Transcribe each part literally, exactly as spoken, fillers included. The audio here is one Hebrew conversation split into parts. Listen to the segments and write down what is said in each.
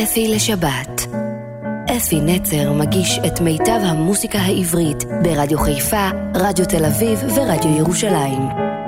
אפי לשבת. אפי נצר מגיש את מיטב המוסיקה העברית ברדיו חיפה, רדיו תל אביב ורדיו ירושלים.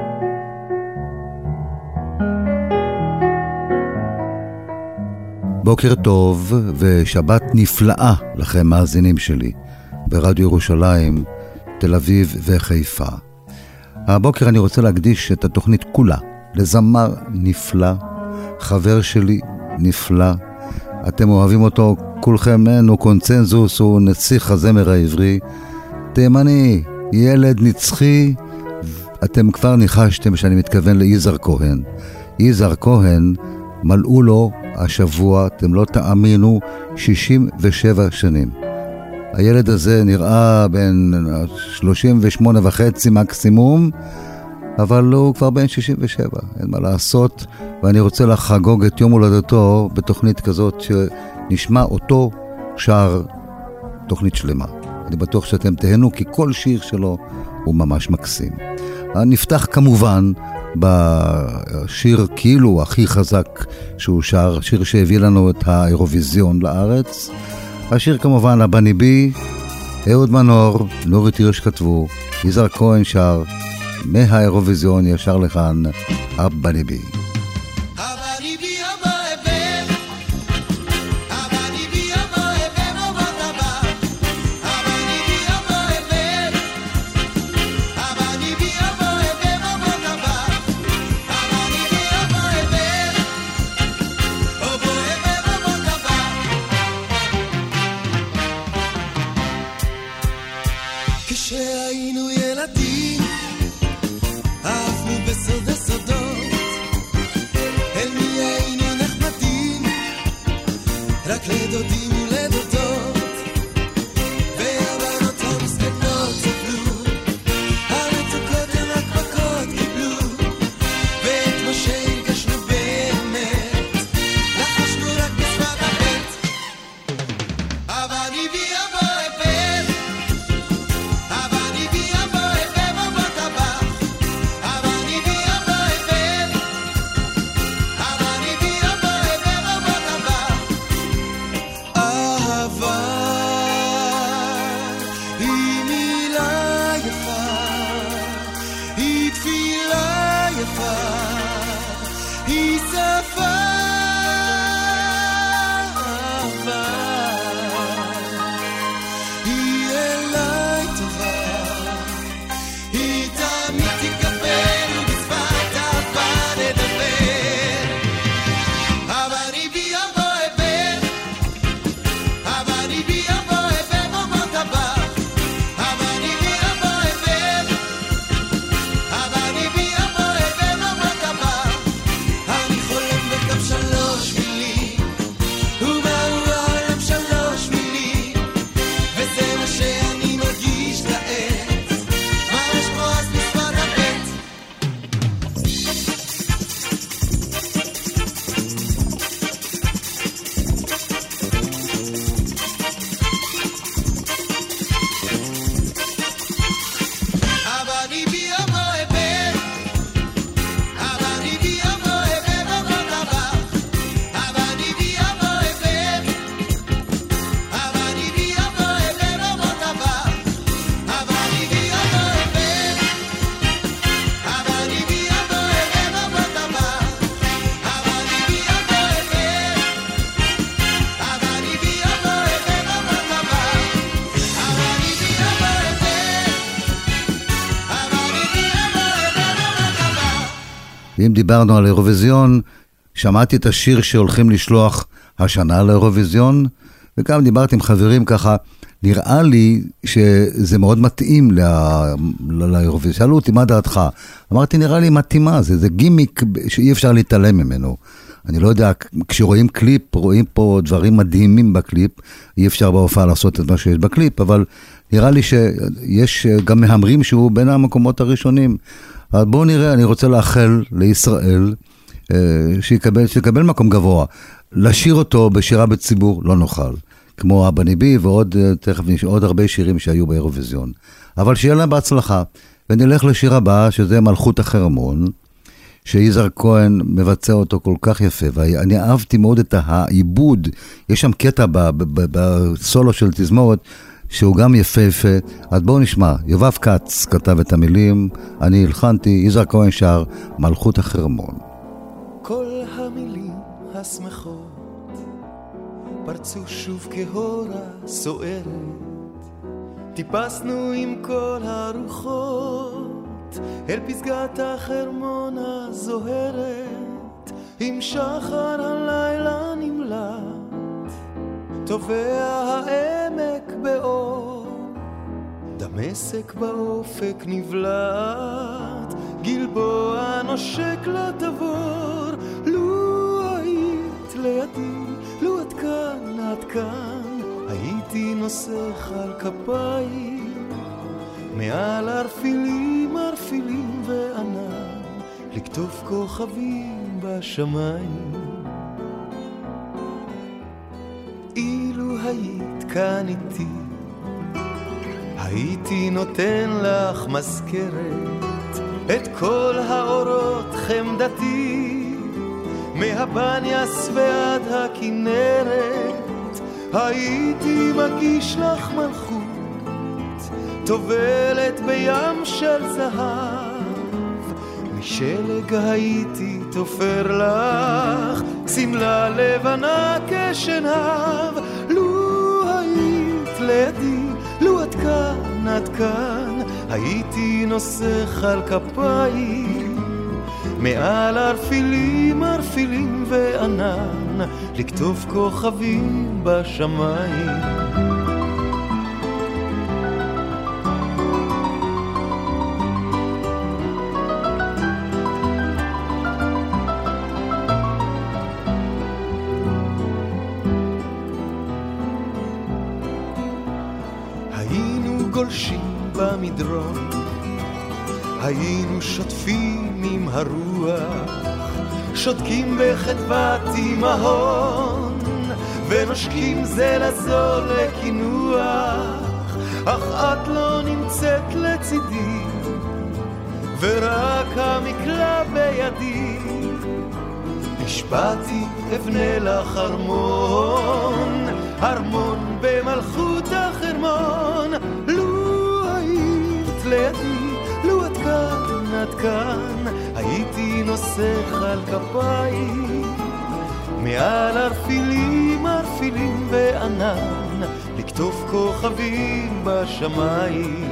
בוקר טוב ושבת נפלאה לכם מאזינים שלי ברדיו ירושלים, תל אביב וחיפה. הבוקר אני רוצה להקדיש את התוכנית כולה לזמר נפלא, חבר שלי נפלא. אתם אוהבים אותו כולכם, אין הוא קונצנזוס, הוא נציח הזמר העברי, תימני, ילד נצחי. אתם כבר ניחשתם שאני מתכוון ליזהר כהן. יזהר כהן מלאו לו השבוע, אתם לא תאמינו, שישים ושבע שנים. הילד הזה נראה בין שלושים ושמונה וחצי מקסימום, אבל הוא כבר בין שישים ושבע, אין מה לעשות. ואני רוצה לחגוג את יום הולדתו בתוכנית כזאת שנשמע אותו שר, תוכנית שלמה. אני בטוח שאתם תהנו, כי כל שיר שלו הוא ממש מקסים. נפתח כמובן בשיר כאילו הכי חזק שהוא שר, שיר שהביא לנו את האירוויזיון לארץ. השיר כמובן הבני בי, אהוד מנור, נורית הירש כתבו, יזהר כהן שר, מהאירוויזיון ישר לכאן, הבני בי. כשהיינו ילדים אהבנו בסוד הסודות, אל מי היינו נחמדים, רק לדודים ולדודות, והבנות המסכנות סבלו, המתוקות הן רק מכות קיבלו, ואת מה שהרגשנו באמת לחשנו רק בשפת הבט. הבני בי אם דיברנו על אירוויזיון, שמעתי את השיר שהולכים לשלוח השנה לאירוויזיון, וגם דיברתי עם חברים ככה, נראה לי שזה מאוד מתאים לאירוויזיון. שאלו אותי מה דעתך? אמרתי נראה לי מתאימה, זה, זה גימיק שאי אפשר להתעלם ממנו. אני לא יודע, כשרואים קליפ, רואים פה דברים מדהימים בקליפ, אי אפשר בהופעה לעשות את מה שיש בקליפ, אבל נראה לי שיש גם מהמרים שהוא בין המקומות הראשונים. אז בואו נראה, אני רוצה לאחל לישראל שיקבל, שיקבל מקום גבוה. לשיר אותו בשירה בציבור לא נוכל, כמו הבני בי ועוד תכף עוד הרבה שירים שהיו באירוויזיון. אבל שיהיה להם בהצלחה. ונלך לשיר הבא, שזה מלכות החרמון, שיזהר כהן מבצע אותו כל כך יפה, ואני אהבתי מאוד את העיבוד, יש שם קטע בסולו של תזמורת, שהוא גם יפה יפה, אז בואו נשמע, יובב כץ כתב את המילים, אני הלחנתי, יזהר כהן שר, מלכות החרמון. כל המילים השמחות פרצו שוב כהורה סוערת, טיפסנו עם כל הרוחות אל פסגת החרמון הזוהרת, עם שחר הלילה נמלט, תובע העמק באור, דמשק באופק נבלט, גלבוע נושק לתבור, לו היית לידי, לו עד כאן, עד כאן, הייתי נוסך על כפיים, מעל ערפילים, ערפילים וענן, לקטוף כוכבים בשמיים. אילו היית כאן איתי, הייתי נותן לך מזכרת, את כל האורות חמדתי, מהבניאס ועד הכנרת, הייתי מגיש לך מלכות, טובלת בים של זהב, משלג הייתי תופר לך, סמלה לבנה כשנהב, לו היית לידי, לו עד כאן, עד כאן, הייתי נוסך על כפיים, מעל ערפילים, ערפילים וענן, לכתוב כוכבים בשמיים. היינו גולשים במדרון, היינו שוטפים עם הרוח, שותקים בחדוות אימהון, ונושקים זה לזו לכינוח, אך את לא נמצאת לצידי, ורק המקלע בידי, נשבעתי אבנה לך ארמון, ארמון במלכות החרמון, לו היית לידי, לו עד כאן, עד כאן, הייתי נוסך על כפיים, מעל ערפילים, ערפילים וענן, לכתוב כוכבים בשמיים.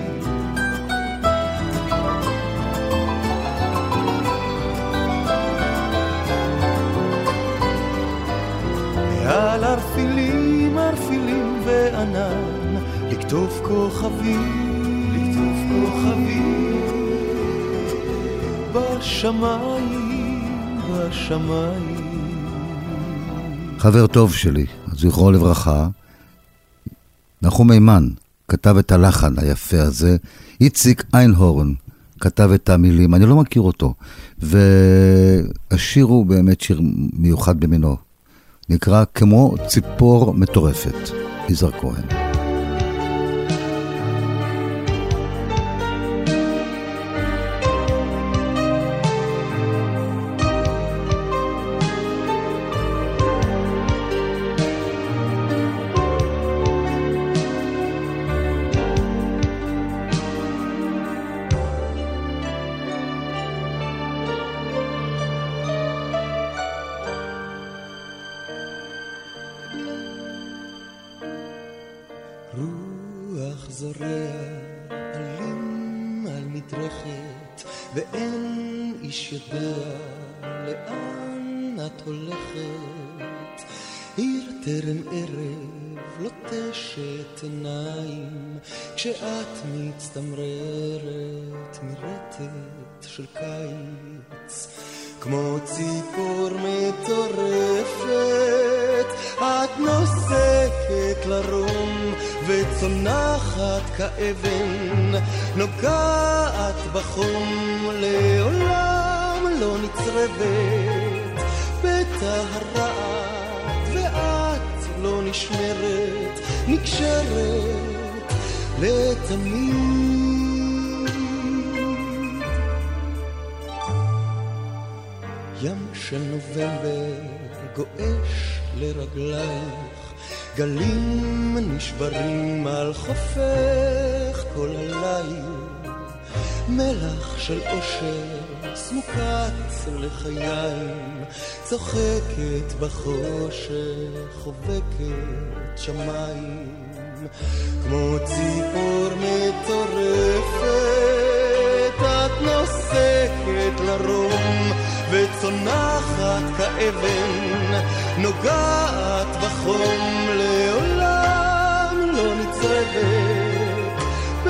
מעל ערפילים, ערפילים וענן, לכתוב כוכבים, לכתוב כוכבים בשמיים, בשמיים. חבר טוב שלי, זכרו לברכה, נחום מימן כתב את הלחן היפה הזה, איציק איינהורן כתב את המילים, אני לא מכיר אותו, והשיר הוא באמת שיר מיוחד במינו, נקרא כמו ציפור מטורפת, יזהר כהן. רוח זורע עלים על מדרכת, ואין איש יודע לאן את הולכת. עיר טרם ערב לוטשת עיניים, כשאת מצטמררת מרטט של קיץ. כמו ציפור מטורפת את נוסקת לרום וצונחת כאבן, נוגעת בחום לעולם לא נצרבת בטהרת, ואת לא נשמרת, נקשרת לתמיד. ים של נובמבר גועש לרגלייך, גלים נשברים על חופך כל הליל, מלח של אושר סמוקת לחיים, צוחקת בחושך, חובקת שמיים, כמו ציפור מטורפת את נוסקת לרום וצונחת כאבן, נוגעת בחום, לעולם לא נצרבת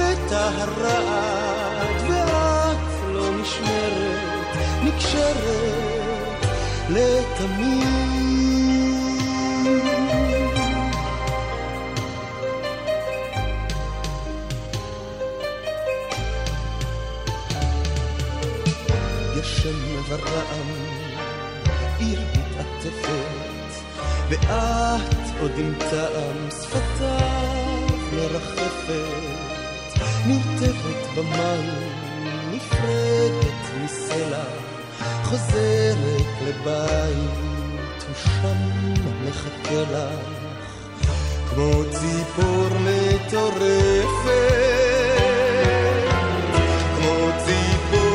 בטהרת, ואת לא נשמרת, נקשרת לתמיד. גשם ורעם, עיר מתעטפת, ואת עוד עם טעם שפתיו מרחפת, נרטבת במים, נפרדת מסלע, חוזרת לבית, ושם מחכה לך, כמו ציפור מטורפת, כמו ציפור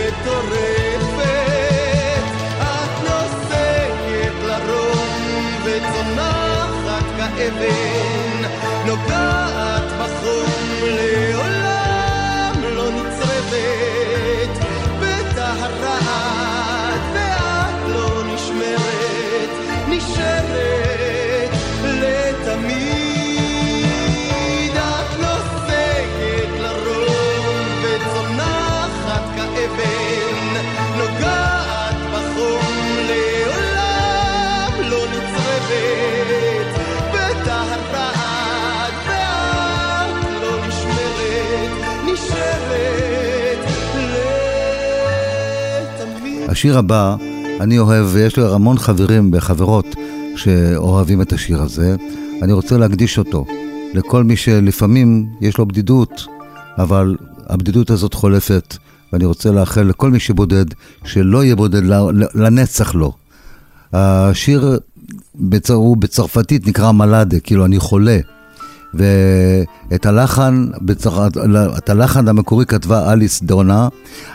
מטורפת, את נוסקת לרום וצונחת כאבן, נוגעת בחום, לעולם לא נצרבת בטהרת, ואת לא נשמרת, נשארת לתמיד. את נוסקת לרום וצונחת כאבן, נוגעת בחום, לעולם לא נצרבת בטהרת, ואת לא נשמרת, נשארת לתמיד. השיר הבא אני אוהב, ויש לי המון חברים וחברות שאוהבים את השיר הזה. אני רוצה להקדיש אותו לכל מי שלפעמים יש לו בדידות, אבל הבדידות הזאת חולפת, ואני רוצה לאחל לכל מי שבודד שלא יהיה בודד, לנצח לו. השיר בצר... הוא בצרפתית נקרא מלאדה, כאילו אני חולה, ואת הלחן, בצר... את הלחן המקורי כתבה אליס דונה.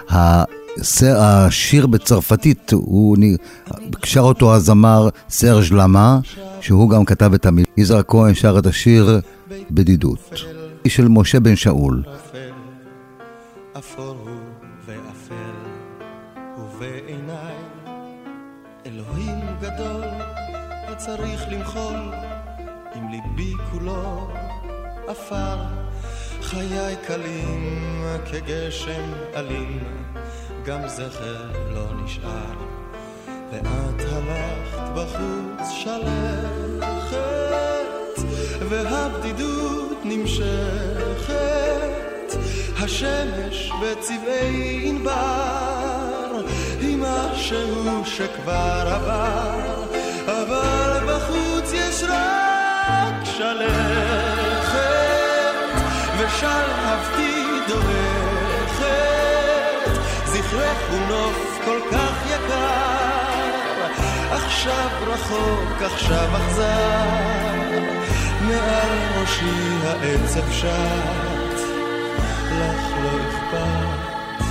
השיר בצרפתית הוא שר אותו הזמר סרג' למה, שהוא גם כתב את המילים. יזהר כהן שר את השיר בדידות, של משה בן שאול. אפור הוא ואפל ובעיניי אלוהים גדול, צריך למחול עם ליבי כולו אפר, חיי קלים כגשם אלים, גם זכר לא נשאר, ואת הלכת בחוץ שלכת, והבדידות נמשכת, השמש בצבעי ענבר, עם משהו שכבר עבר, אבל בחוץ יש רק שלכת, ושלהבתי דורכת, זכרך הוא נוף כל כך יקר, עכשיו רחוק, עכשיו אכזר, מעל ראשי העצב שט, לך לא אכפת.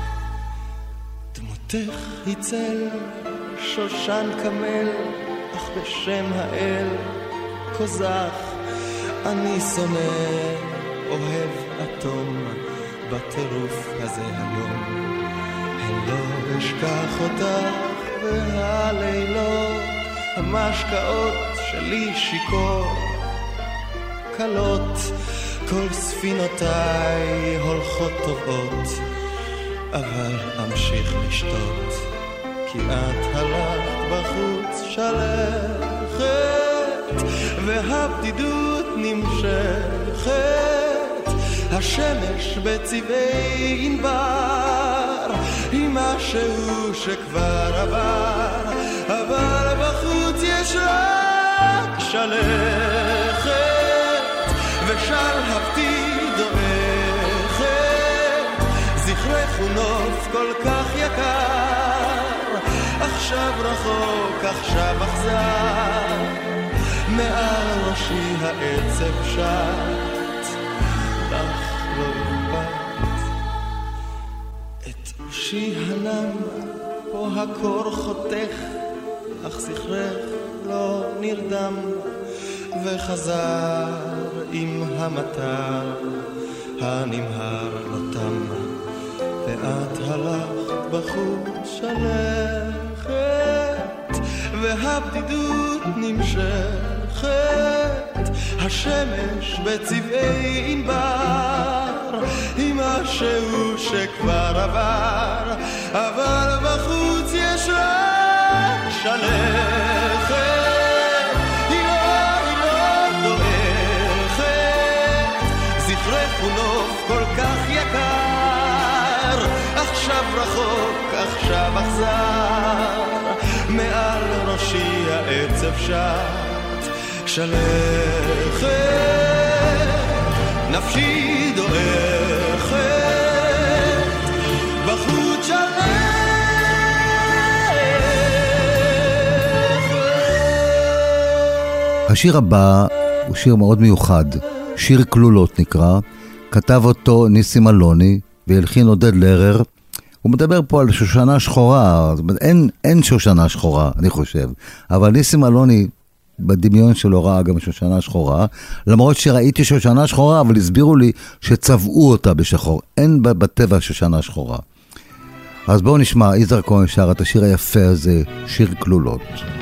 דמותך היא צל, שושן כמל, אך בשם האל כוזך, אני שונא, אוהב אטום, בטירוף הזה היום. אני לא אשכח אותך והלילות, המשקעות שלי שיקור, קלות, כל ספינותיי הולכות טובות, אבל אמשיך לשתות, כי את הלכת בחוץ שלכת, והבדידות נמשכת, השמש בצבעי ענבר, עם משהו שכבר עבר, אבל בחוץ יש רק שלכת, ושלהבתי דורכת, זכרך הוא נוף כל כך יקר, עכשיו רחוק עכשיו אכזר, מעל ראשי העצב שט, לך לא אכפת. את ראשי הנם פה הקור חותך, אך זכרך לא נרדם, וחזר עם המטר הנמהר לא תם, ואת הלכת בחוץ שלכת, והבדידות נמשכת, השמש בצבעי ענבר, עם משהו שכבר עבר, אבל בחוץ יש רק שלכת, היא לא, היא לא דועכת, זכרך הוא נוף כל כך יקר, עכשיו רחוק, עכשיו אכזר, מעל ראשי העצב שט, שלכת, נפשי דועכת, בחוץ שלכת. השיר הבא הוא שיר מאוד מיוחד, שיר כלולות נקרא, כתב אותו ניסים אלוני והלחין עודד לרר. הוא מדבר פה על שושנה שחורה, זאת אומרת, אין, אין שושנה שחורה, אני חושב, אבל ניסים אלוני בדמיון שלו ראה גם שושנה שחורה, למרות שראיתי שושנה שחורה, אבל הסבירו לי שצבעו אותה בשחור, אין בטבע שושנה שחורה. אז בואו נשמע, יזהר כהן שר את השיר היפה הזה, שיר כלולות.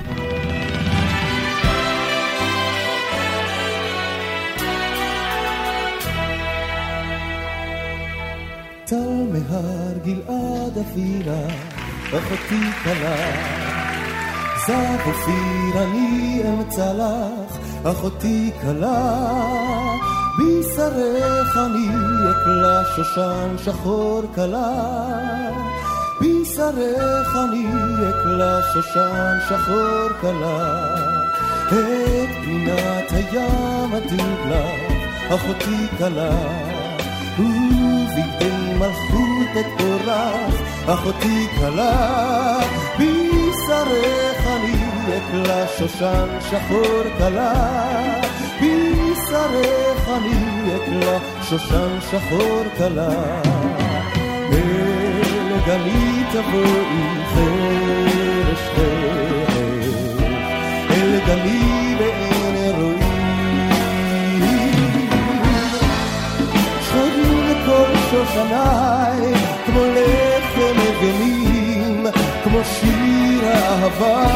טל מהר גלעד אבירה, אחותי קלה, זב אופיר אני אמצא לך, אחותי קלה, בשרך אני אקלה שושן שחור קלה, בשרך אני אקלה שושן שחור קלה, את פנינת הים אדיר לך, אחותי קלה, ובידי מלכות את אורך, אחותי קלה, בשרך אני אקלה שושן שחור קלה, בשרך אני אקלה שושן שחור קלה, אל גלי תבואי חרש חרש, אל גלי ואין אירועי, כל שושני כמו לחם אבנים, כמו שיר אהבה,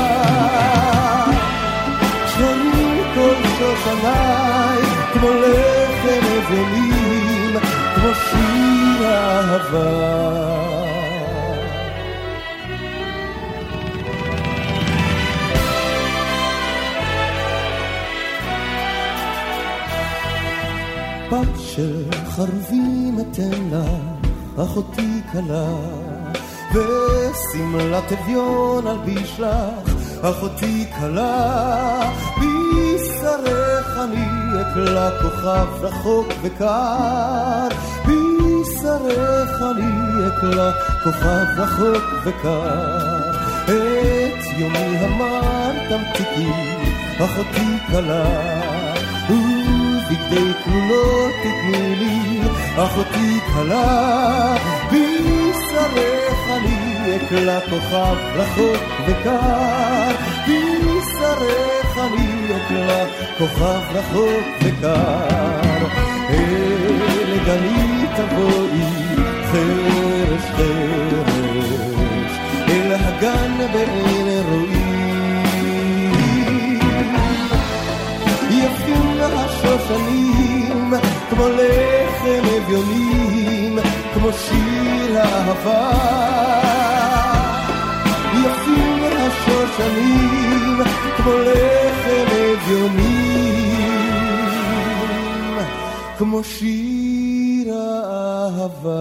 שרים כל שושני כמו לחם אבנים, כמו שיר אהבה. בת של חרבים אתן לה, אחותי קלה, ושמלת אביון אלביש לך, אחותי קלה, בשרך אני אקלה כוכב רחוק וקר, בשרך אני אקלה כוכב רחוק וקר, את יומי המר תמתיקי, אחותי קלה, בגדי כלולות תתני לי, אחותי קלה, בשרך אני אקלה כוכב רחוק וקר, בשרך אני אקלה כוכב רחוק וקר, אל גני תבואי חרש חרש, אל הגן באין אירועי, יפים השושנים כמו לחם אביונים, כמו שיר אהבה, יפים השושנים כמו לחם אביונים, כמו שיר אהבה.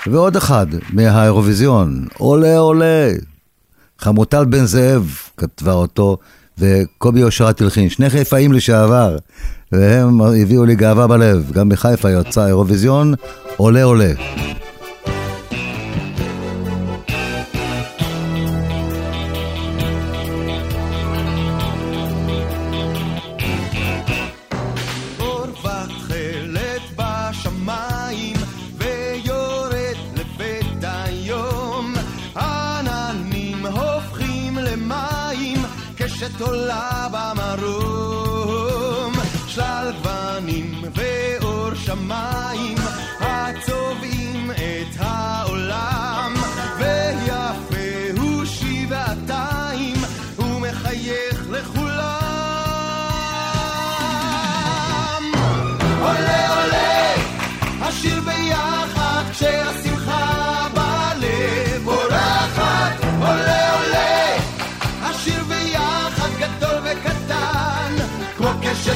ועוד אחד מהאירוויזיון, עולה עולה, חמוטל בן זאב כתבה אותו, וקובי אושרת הלחין, שני חיפאים לשעבר, והם הביאו לי גאווה בלב, גם בחיפה יוצא אירוויזיון, עולה עולה. עולה במרום, שלל גוונים ואור שמיים הצובעים את העולם, ויפה הוא שבעתיים ומחייך לכולם. עולה עולה השיר ביחד כשהשמחה בלב אורחת, עולה עולה השיר ביחד גדול וקטן כמו קשת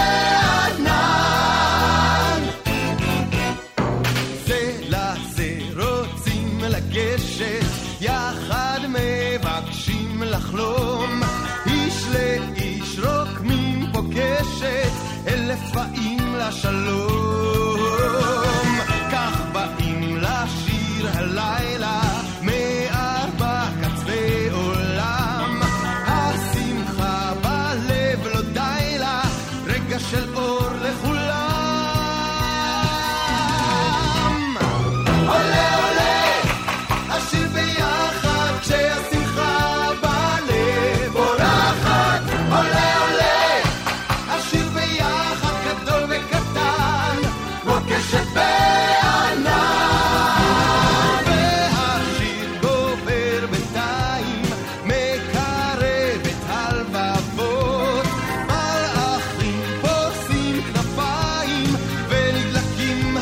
בענן, זה לזה רוצים לגשת יחד מבקשים לחלום, איש לאיש רוקמים פוגשת אלף באים לשלום, כך באים לשיר הלילה מארבע קצווי עולם, השמחה בלב לא די לה, רגע של אור לכולם. עולה עולה השיר ביחד כשהשמחה בלב אורחת, עולה עולה השיר ביחד גדול וקטן כמו קשת בענן, והשיר גובר בינתיים מקרב את הלבבות, מלאכים פורסים כנפיים ונדלקים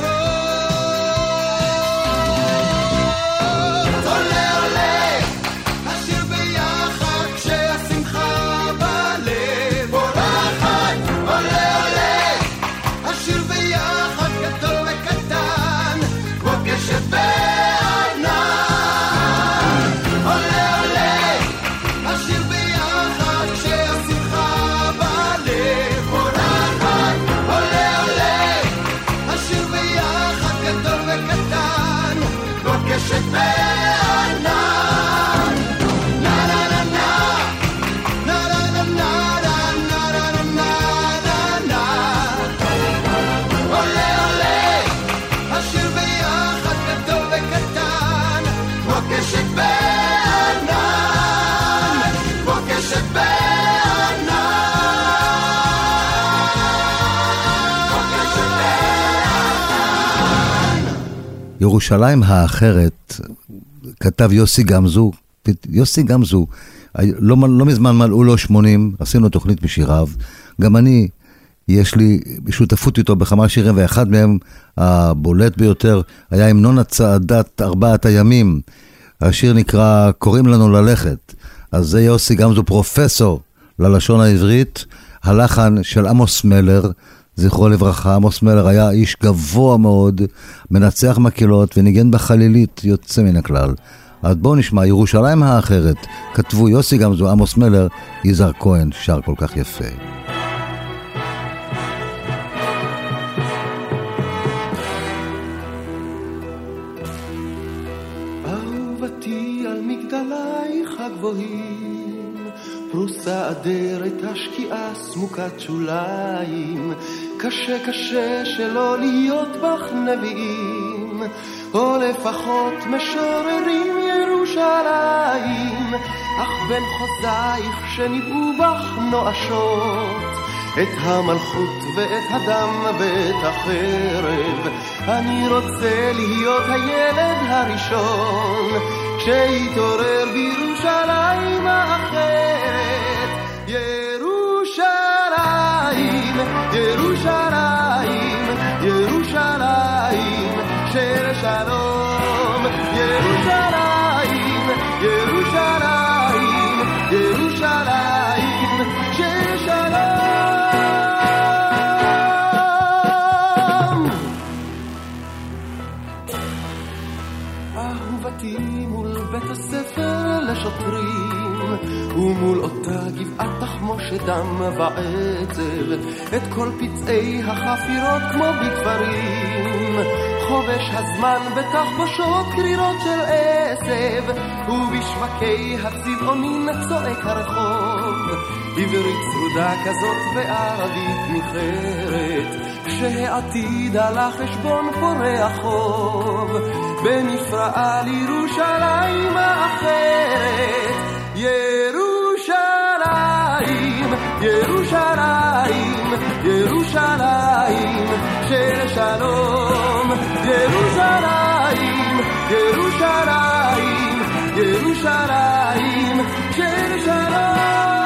הנרות. עולה עולה השיר ביחד כשהשמחה בלב אורחת, עולה עולה השיר ביחד גדול וקטן כמו קשת בענן, עולה עולה השיר ביחד כשהשמחה בלב אורחת, עולה עולה השיר ביחד גדול וקטן כמו קשת בענן. נה נה נה נה נה נה נה נה נה נה נה, עולה עולה השיר ביחד גדול וקטן כמו קשת בענן, כמו קשת בענן, כמו קשת בענן. ירושלים האחרת, כתב יוסי גמזו, יוסי גמזו, לא, לא מזמן מלאו לו שמונים, עשינו תוכנית בשיריו, גם אני, יש לי שותפות איתו בכמה שירים, ואחד מהם הבולט ביותר היה המנון הצעדת ארבעת הימים, השיר נקרא קוראים לנו ללכת, אז זה יוסי גמזו פרופסור ללשון העברית, הלחן של עמוס מלר, זכרו לברכה, עמוס מלר היה איש גבוה מאוד, מנצח מקהלות וניגן בחלילית יוצא מן הכלל. אז בואו נשמע, ירושלים האחרת, כתבו יוסי גמזו, עמוס מלר, יזהר כהן, שר כל כך יפה. אהובתי על מגדלייך הגבוהים, פרוסה אדרת השקיעה סמוקת שוליים, קשה קשה שלא להיות בך נביאים, או לפחות משוררים ירושלים, אך בין חוזייך שניבאו בך נואשות, את המלכות ואת הדם ואת החרב, אני רוצה להיות הילד הראשון שיתעורר בירושלים האחרת. ירושלים, ירושלים, ירושלים של שלום, ירושלים, ירושלים, ירושלים של שלום. השוטרים, ומול אותה גבעת תחמושת דם ועצב, את כל פצעי החפירות כמו בכפרים. חובש הזמן בתחבושות קרירות של עשב, ובשווקי הצבעונים צועק הרחוב, עברית צרודה כזאת וערבית ניחרת, כשהעתיד על החשבון פורח חוב, בנפרעה לירושלים האחרת. ירושלים, ירושלים, ירושלים של שלום. ירושלים, ירושלים, ירושלים של שלום.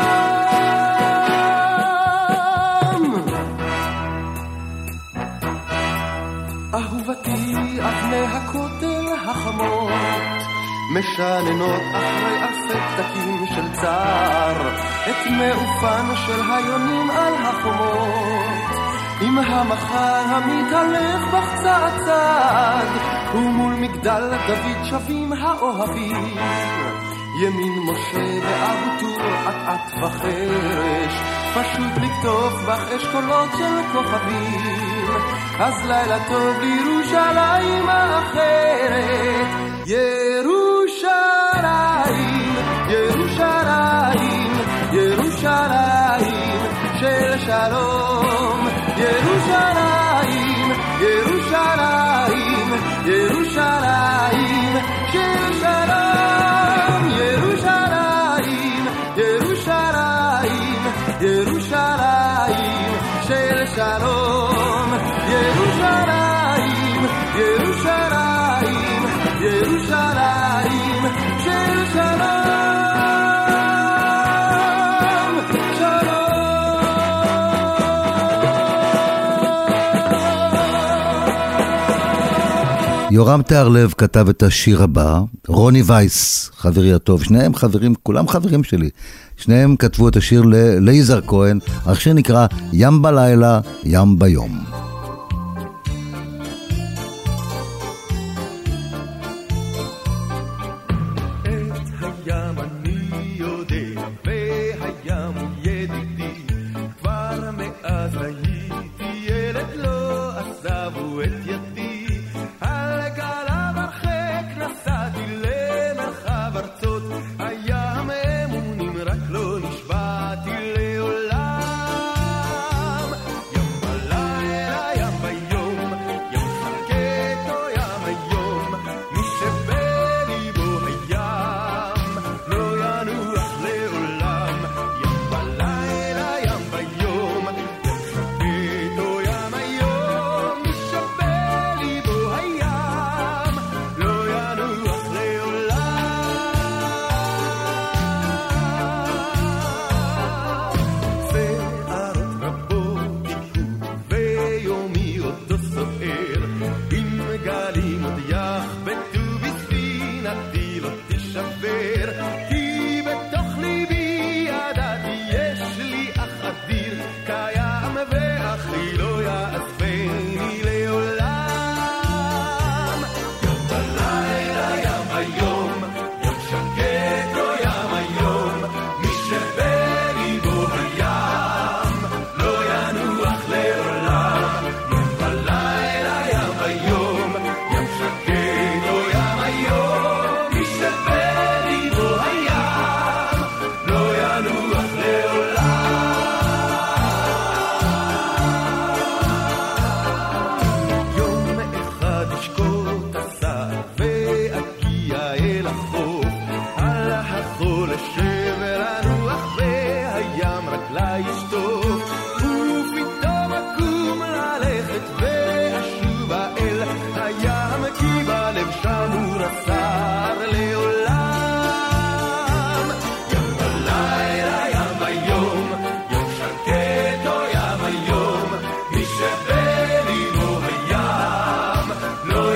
אהובתי אבני הכותל החמות, משננות אחרי אלפי פתקים של צער, את מעופן של היונים על החומות, עם המחר המתהלך בך צעד צעד, ומול מגדל דוד שבים האוהבים, ימין משה ואבו טור עט-עט וחרש, פשוט לכתוב בך אשכולות של כוכבים. אז לילה טוב לירושלים האחרת. ירושלים, ירושלים, ירושלים של שלום. ירושלים, ירושלים, ירושלים של שלום. ירושלים, ירושלים, ירושלים של שלום. ירושלים, ירושלים, ירושלים של שלום. יורם תיארלב כתב את השיר הבא, רוני וייס, חברי הטוב, שניהם חברים, כולם חברים שלי, שניהם כתבו את השיר ליזהר כהן, השיר נקרא ים בלילה, ים ביום.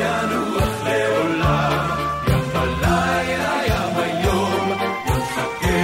ים בלילה, ים ביום, ים שקט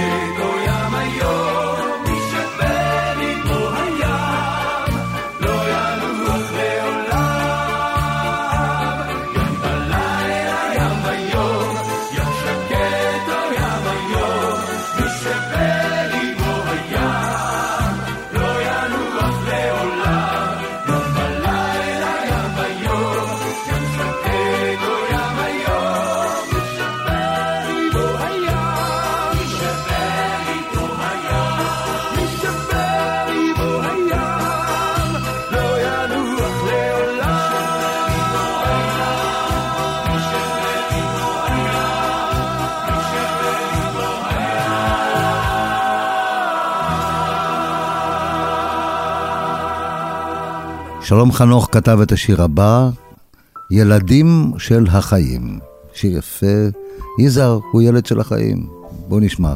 שלום חנוך כתב את השיר הבא, ילדים של החיים. שיר יפה, יזהר הוא ילד של החיים. בוא נשמע.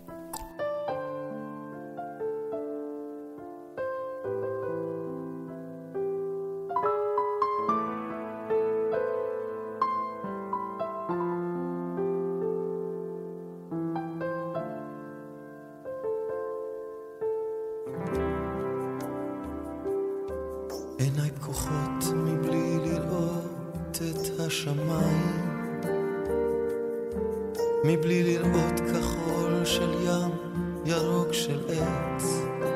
עיניי פקוחות מבלי לראות את השמיים, מבלי לראות כחול של ים, ירוק של עץ,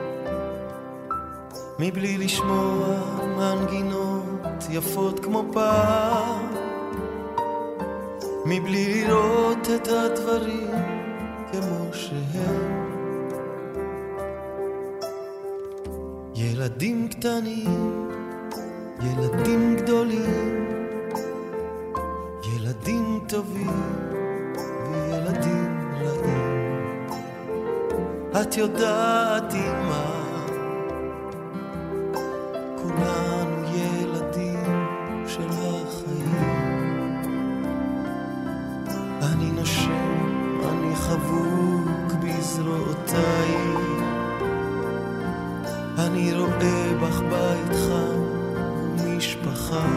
מבלי לשמוע מנגינות יפות כמו פעם, מבלי לראות את הדברים כמו שהם. ילדים קטנים, ילדים גדולים, ילדים טובים וילדים רעים. את יודעת אמא, כולנו ילדים של החיים. אני נושם, אני חבוק בזרועותיי, אני רואה בך בית חם ומשפחה,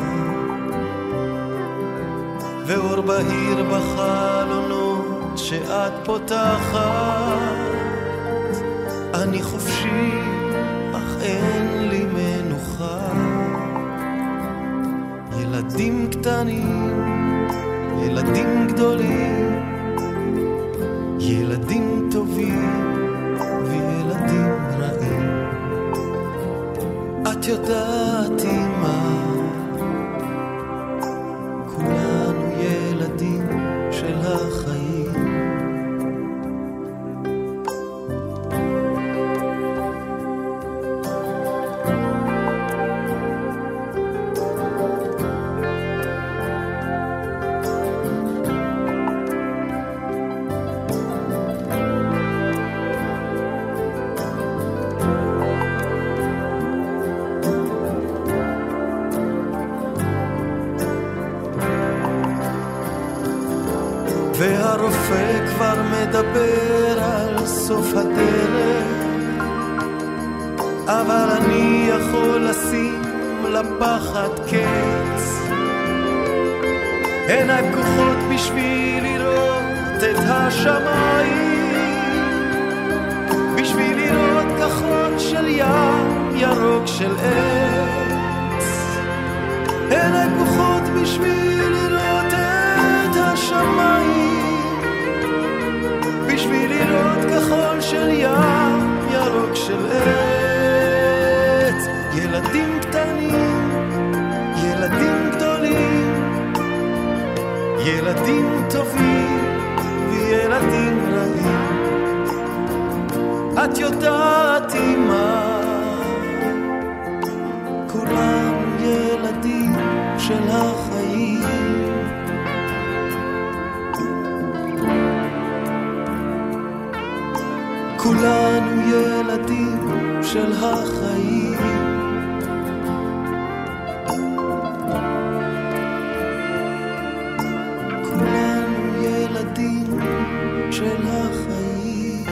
ואור בהיר בחלונות שאת פותחת. אני חופשי אך אין לי מנוחה. ילדים קטנים, ילדים גדולים, ילדים טובים וילדים רעים. את יודעת אמא, כולנו ילדים של החיים. והרופא כבר מדבר על סוף הדרך, אבל אני יכול לשים לפחד קץ. עיניי פקוחות בשביל לראות את השמיים, בשביל לראות כחול של ים, ירוק של עץ. עיניי פקוחות בשביל לראות את השמיים, בשביל לראות כחול של ים, ירוק של עץ. ילדים קטנים, ילדים גדולים, ילדים טובים וילדים רעים. את יודעת אמא, כולם ילדים של החיים. כולנו ילדים של החיים. כולנו ילדים של החיים.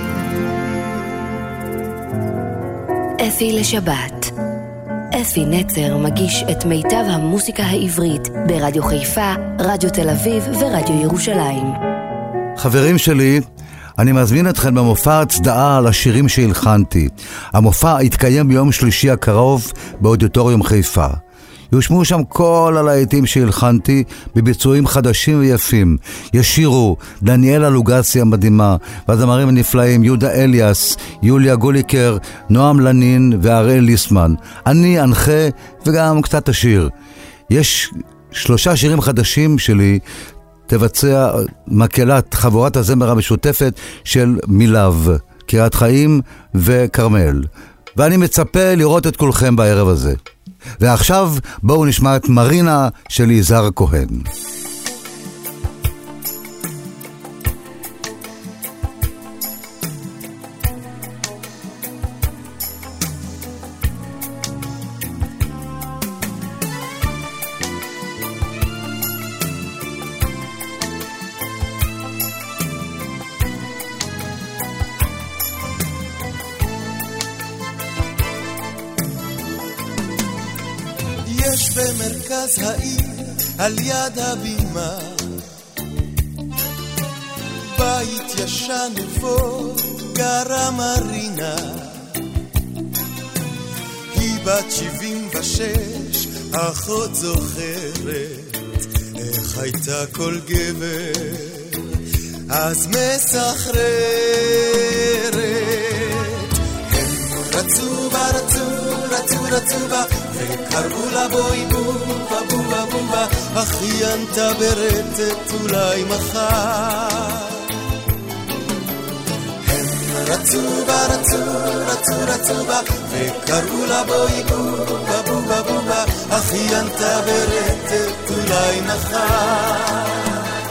אפי לשבת. אפי נצר מגיש את מיטב המוסיקה העברית ברדיו חיפה, רדיו תל אביב ורדיו ירושלים. חברים שלי, אני מזמין אתכם במופע הצדעה על השירים שהלחנתי. המופע יתקיים ביום שלישי הקרוב באודיטוריום חיפה. יושמעו שם כל הלהיטים שהלחנתי בביצועים חדשים ויפים. ישירו דניאלה לוגסי המדהימה והזמרים הנפלאים יהודה אליאס, יוליה גוליקר, נועם לנין והראל ליסמן. אני אנחה וגם קצת השיר. יש שלושה שירים חדשים שלי, תבצע מקהלת חבורת הזמר המשותפת של מילב, קריית חיים וקרמל. ואני מצפה לראות את כולכם בערב הזה. ועכשיו בואו נשמע את מרינה של יזהר כהן. במרכז העיר על יד הבימה, בית ישן ובו גרה מרינה, היא בת שבעים ושש, אחות זוכרת איך הייתה כל גבר אז מסחררת. הם רצו בה, רצו, רצו, רצו בה, וקראו לה בואי בובה, בובה, בובה, אך היא ענתה ברטט אולי מחר. רצו בה, רצו, רצו, רצו בה, וקראו לה בואי בובה, בובה, בובה, אך היא ענתה ברטט אולי מחר.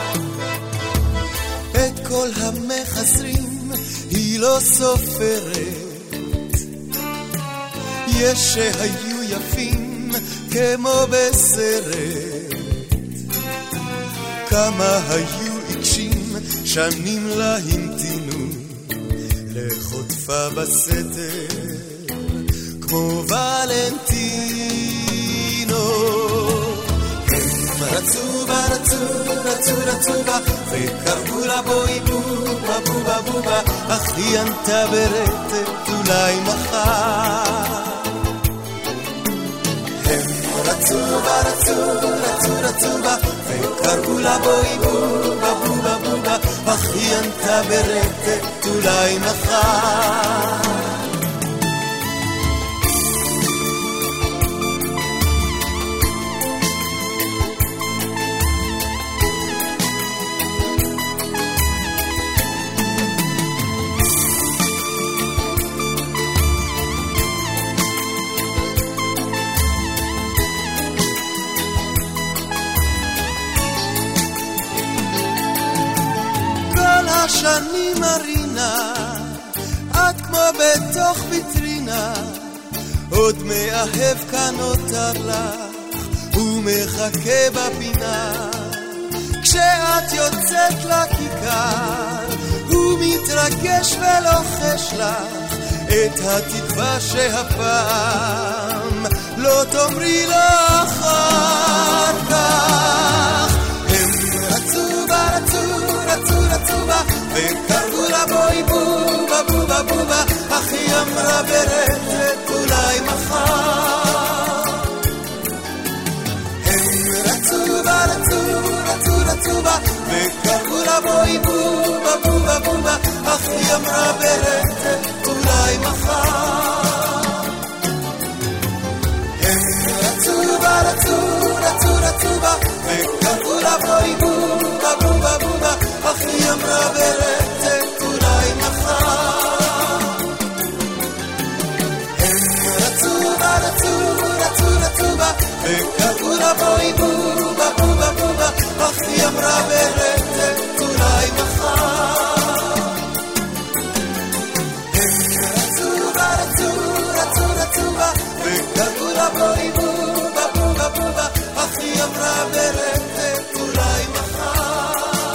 את כל המחזרים היא לא סופרת, יש שהיו יפים כמו בסרט, כמה היו עיקשים שנים לה המתינו לחוטפה בסתר כמו ולנטינו. הם רצו בה, רצו, רצו, רצו בה, וקראו לה בואי בובה, בובה, בובה, אך היא ענתה ברטט אולי מחר. הם רצו בה, רצו, רצו, רצו בה, וקראו לה בואי בובה, בובה, בובה, אך היא ענתה ברטט אולי מחר. שני מרינה, את כמו בתוך ויטרינה, עוד מאהב כאן נותר לך ומחכה בפינה. כשאת יוצאת לכיכר הוא מתרגש ולוחש לך את התקווה שהפעם לא תאמרי לו אחר כך. הם רצו בה, רצו, רצו, רצו בה, וקראו לה בואי בובה, בובה, בובה, אך היא אמרה ברטט אולי מחר. הם רצו בה, רצו, רצו, רצו בה, וקראו לה בואי בובה, בובה, בובה, אך היא אמרה ברטט אולי מחר. הם רצו בה, רצו, רצו, רצו בה, וקראו לה בואי בובה, בובה, בובה, אך היא אמרה ברטט אולי מחר. הם רצו בה, רצו, רצו, רצו בה, וקראו לה בואי בובה, בובה, בובה, אך היא אמרה ברטט אולי מחר. הם רצו בה, רצו, רצו, רצו בה, וקראו לה בואי בובה, בובה, בובה, אך היא אמרה ברטט אולי מחר.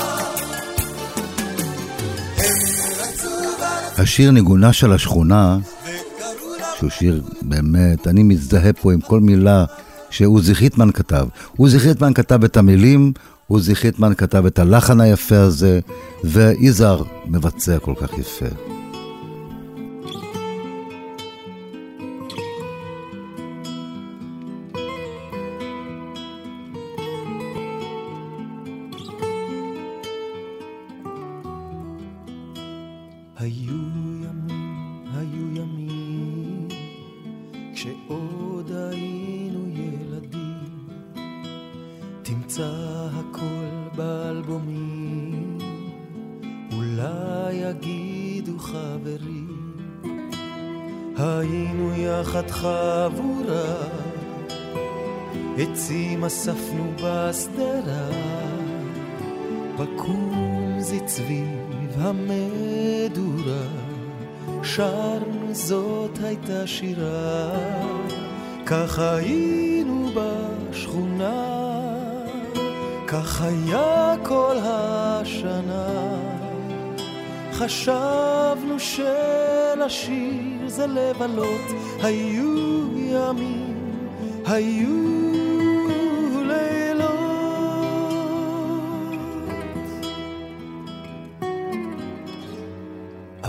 השיר ניגונה של השכונה, שהוא שיר באמת, אני מזדהה פה עם כל מילה שעוזי חיטמן כתב. עוזי חיטמן כתב את המילים, עוזי חיטמן כתב את הלחן היפה הזה, ויזהר מבצע כל כך יפה. היינו יחד חבורה, עצים אספנו בסדרה, בקומזי צביב המדורה, שרנו זאת הייתה שירה, כך היינו בשכונה, כך היה כל השנה. חשבנו שלשיר זה לבלות, היו ימים, היו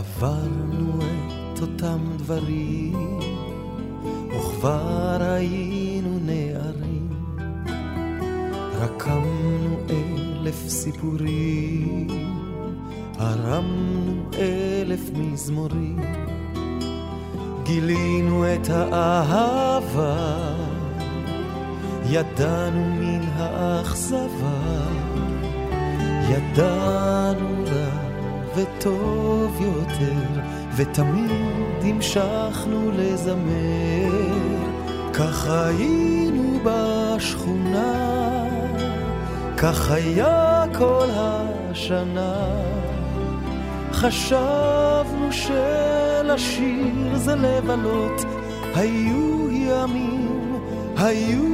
עברנו את אותם דברים וכבר היינו נערים, רקמנו אלף סיפורים, הרמנו אלף מזמורים, גילינו את האהבה, ידענו מן האכזבה, ידענו רע וטוב יותר, ותמיד המשכנו לזמר. כך היינו בשכונה, כך היה כל השנה, חשבנו שלשיר זה לבלות, היו ימים, היו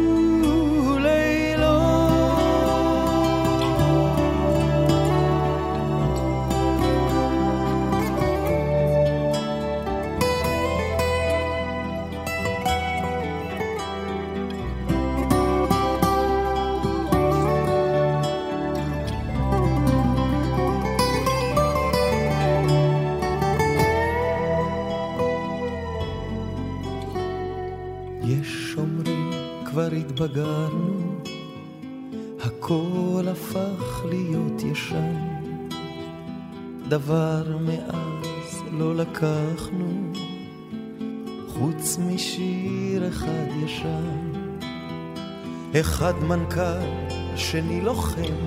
לילות. התבגרנו, הכל הפך להיות ישן, דבר מאז לא לקחנו, חוץ משיר אחד ישן. אחד מנכ"ל, שני לוחם,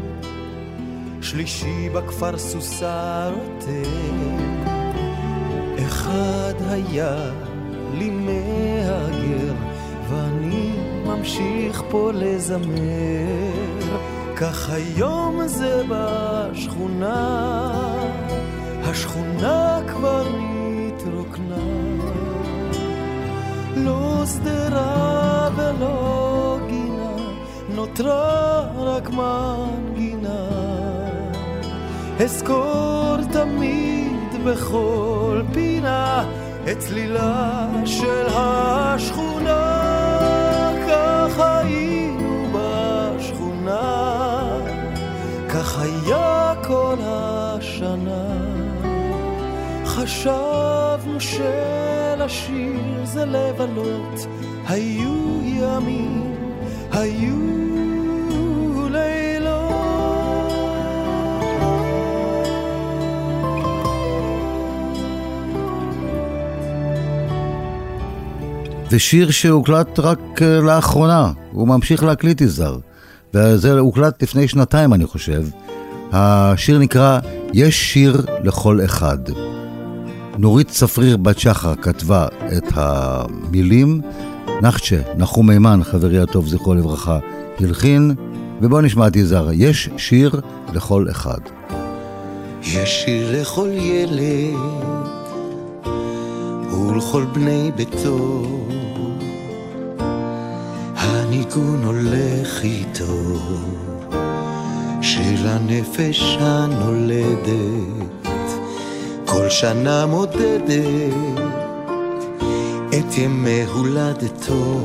שלישי בכפר סוסה רותם, אחד היה לי מהגר, ואני ממשיך פה לזמר. כך היום זה בשכונה, השכונה כבר נתרוקנה, לא סדרה ולא גינה, נותרה רק מנגינה. אזכור תמיד בכל פינה את צלילה של השכונה. כך היינו בשכונה, כך היה כל השנה, חשבנו שלשיר זה לבלות, היו ימים, היו לילות. ושיר שהוקלט רק לאחרונה, הוא ממשיך להקליט יזהר, וזה הוקלט לפני שנתיים אני חושב. השיר נקרא יש שיר לכל אחד. נורית ספריר בת שחר כתבה את המילים, נחצ'ה, נחום מימן, חברי הטוב זכרו לברכה, הלחין, ובואו נשמע את יזהר. יש שיר לכל אחד. יש שיר לכל ילד ולכל בני ביתו, הניגון הולך איתו, של הנפש הנולדת, כל שנה מודדת את ימי הולדתו,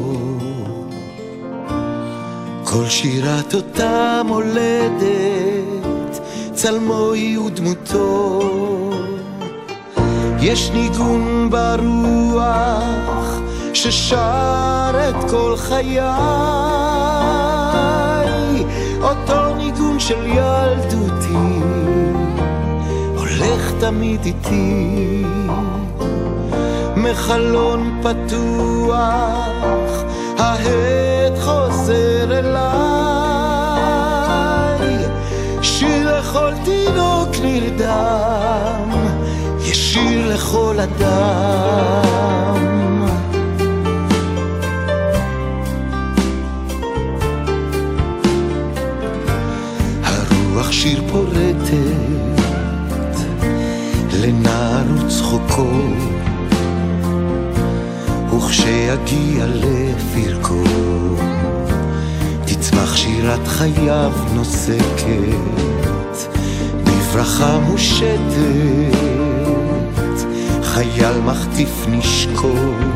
כל שירת אותה מולדת, צלמוי ודמותו. יש ניגון ברוח ששר את כל חיי, אותו ניגון של ילדותי הולך תמיד איתי, מחלון פתוח ההד חוזר אליי, שיר לכל תינוק נרדם, יש שיר לכל אדם. הרוח שיר פורטת לנער וצחוקו, וכשיגיע לפרקו תצמח שירת חייו נוסקת, בברכה מושטת חייל מחטיף נשקו,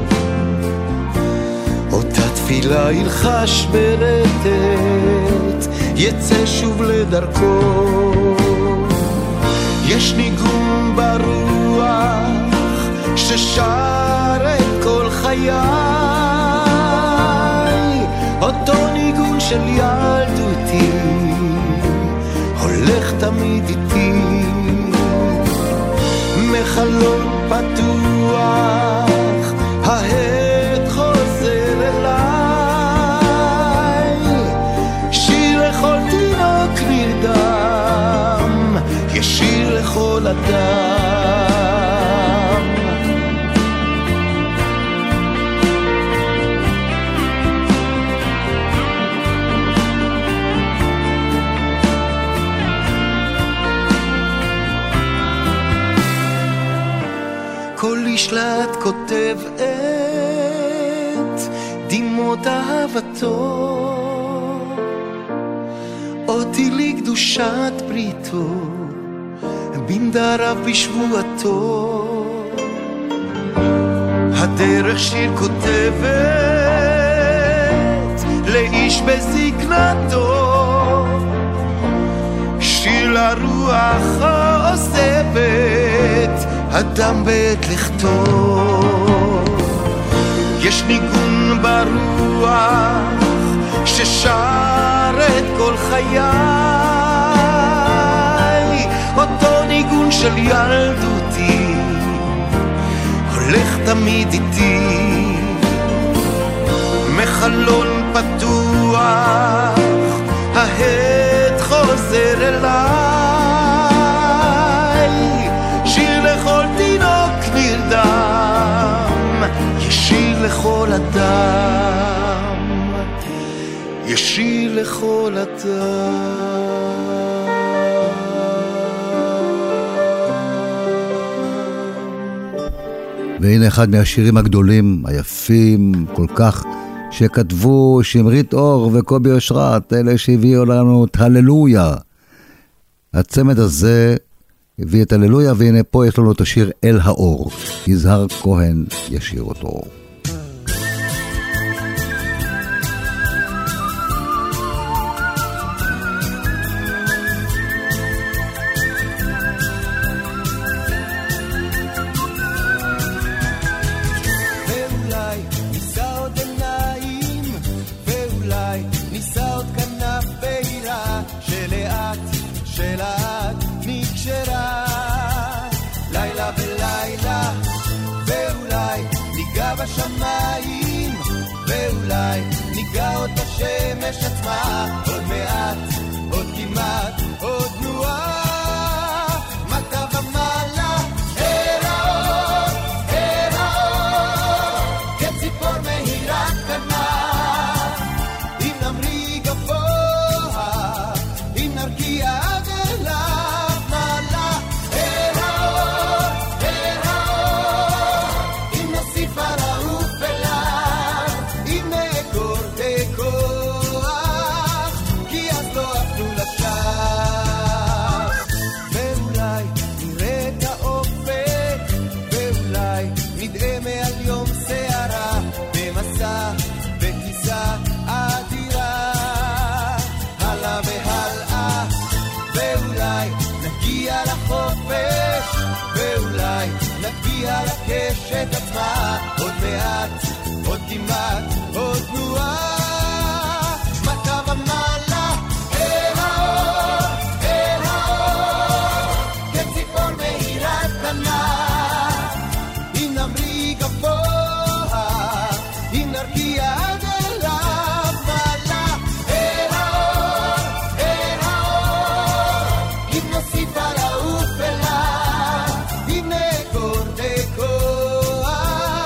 אותה תפילה ילחש ברטט, יצא שוב לדרכו. יש ניגון ברור של ילדותי הולך תמיד איתי, מחלון פתוח ההד חוזר אליי, שיר לכל תינוק נרדם, ישיר לכל אדם. כל ישלט כותב את דמעות אהבתו, אותי לקדושת בריתו, בנדריו בשבועתו. הדרך שיר כותבת לאיש בזקנתו, שיר לרוח העוזבת אדם בעת לכתו. יש ניגון ברוח ששר את כל חיי, אותו ניגון של ילדותי הולך תמיד איתי, מחלון פתוח ההד חוזר אליי, שיר לכל תינוק נרדם, ישיר לכל אדם, ישיר לכל אדם. והנה אחד מהשירים הגדולים, היפים כל כך, שכתבו שמרית אור וקובי אושרת, אלה שהביאו לנו את הללויה. הצמד הזה הביא את הללויה, והנה פה יש לנו את השיר אל האור. יזהר כהן ישיר אותו. בשמיים, ואולי ניגע עוד בשמש עצמה, עוד מעט, עוד כמעט, עוד תנועה, מטה ומעלה, אל האור, אל האור, כציפור מהירה קטנה, אם נמריא גבוה, אם נרקיע עד אליו מעלה, אל האור, אל האור, אם נוסיף על על הקשת עצמה, עוד מעט, עוד כמעט, עוד תנועה, מטה ומעלה, אל האור, אל האור, כציפור מהירה קטנה, אם נמריא גבוה, אם נרקיע עד אליו מעלה, אל האור, אל האור, אם נוסיף על העוף אליו, אם נקור דקוח,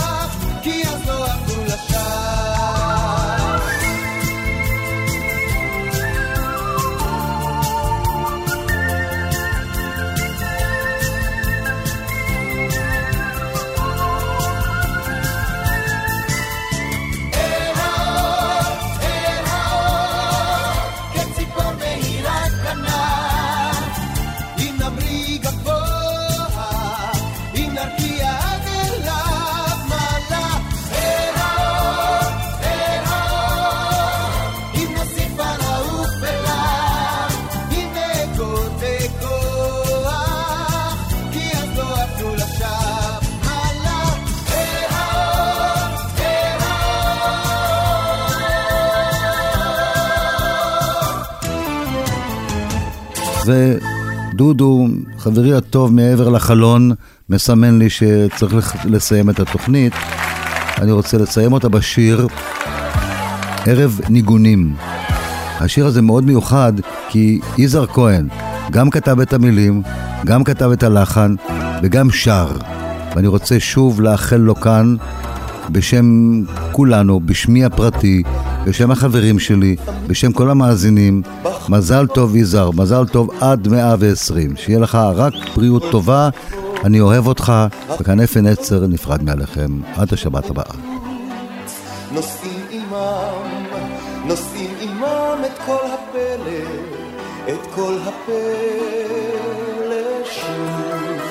ודודו, חברי הטוב מעבר לחלון, מסמן לי שצריך לסיים את התוכנית. אני רוצה לסיים אותה בשיר ערב ניגונים. השיר הזה מאוד מיוחד כי יזהר כהן גם כתב את המילים, גם כתב את הלחן וגם שר. ואני רוצה שוב לאחל לו כאן בשם כולנו, בשמי הפרטי, בשם החברים שלי, בשם כל המאזינים, מזל טוב יזהר, מזל טוב עד מאה ועשרים. שיהיה לך רק בריאות טובה, אני אוהב אותך, וכאן אפי נצר נפרד מעליכם עד השבת הבאה. נושאים עימם, נושאים עימם את כל הפלא, את כל הפלא שוב.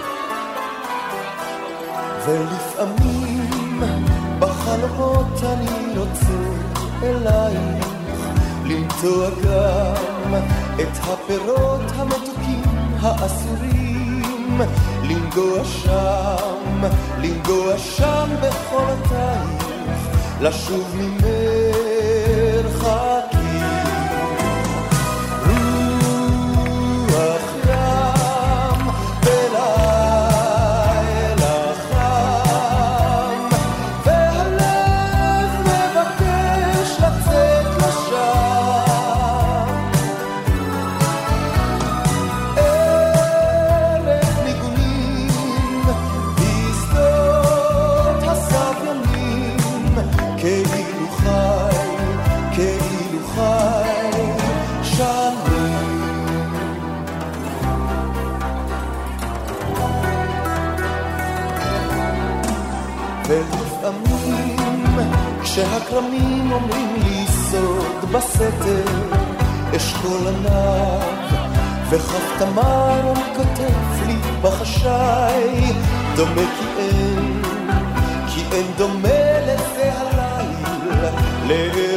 ולפעמים בחלומות אני רוצה אלייך למצוא גם את הפירות המתוקים האסורים, לנגוע שם, לנגוע שם בחולתייך, לשוב ממרחקים. רוח ים בלילה חם, והלב מבקש לצאת לשם. ערב ניגונים בשדות הסביונים, כאילו חי, כאילו חי שנים. ולפעמים כשהכרמים אומרים לי סוד בסתר, אשכול ענב וכף תמר כותב לי בחשאי, דומה כי אין, כי אין דומה לזה הלילה,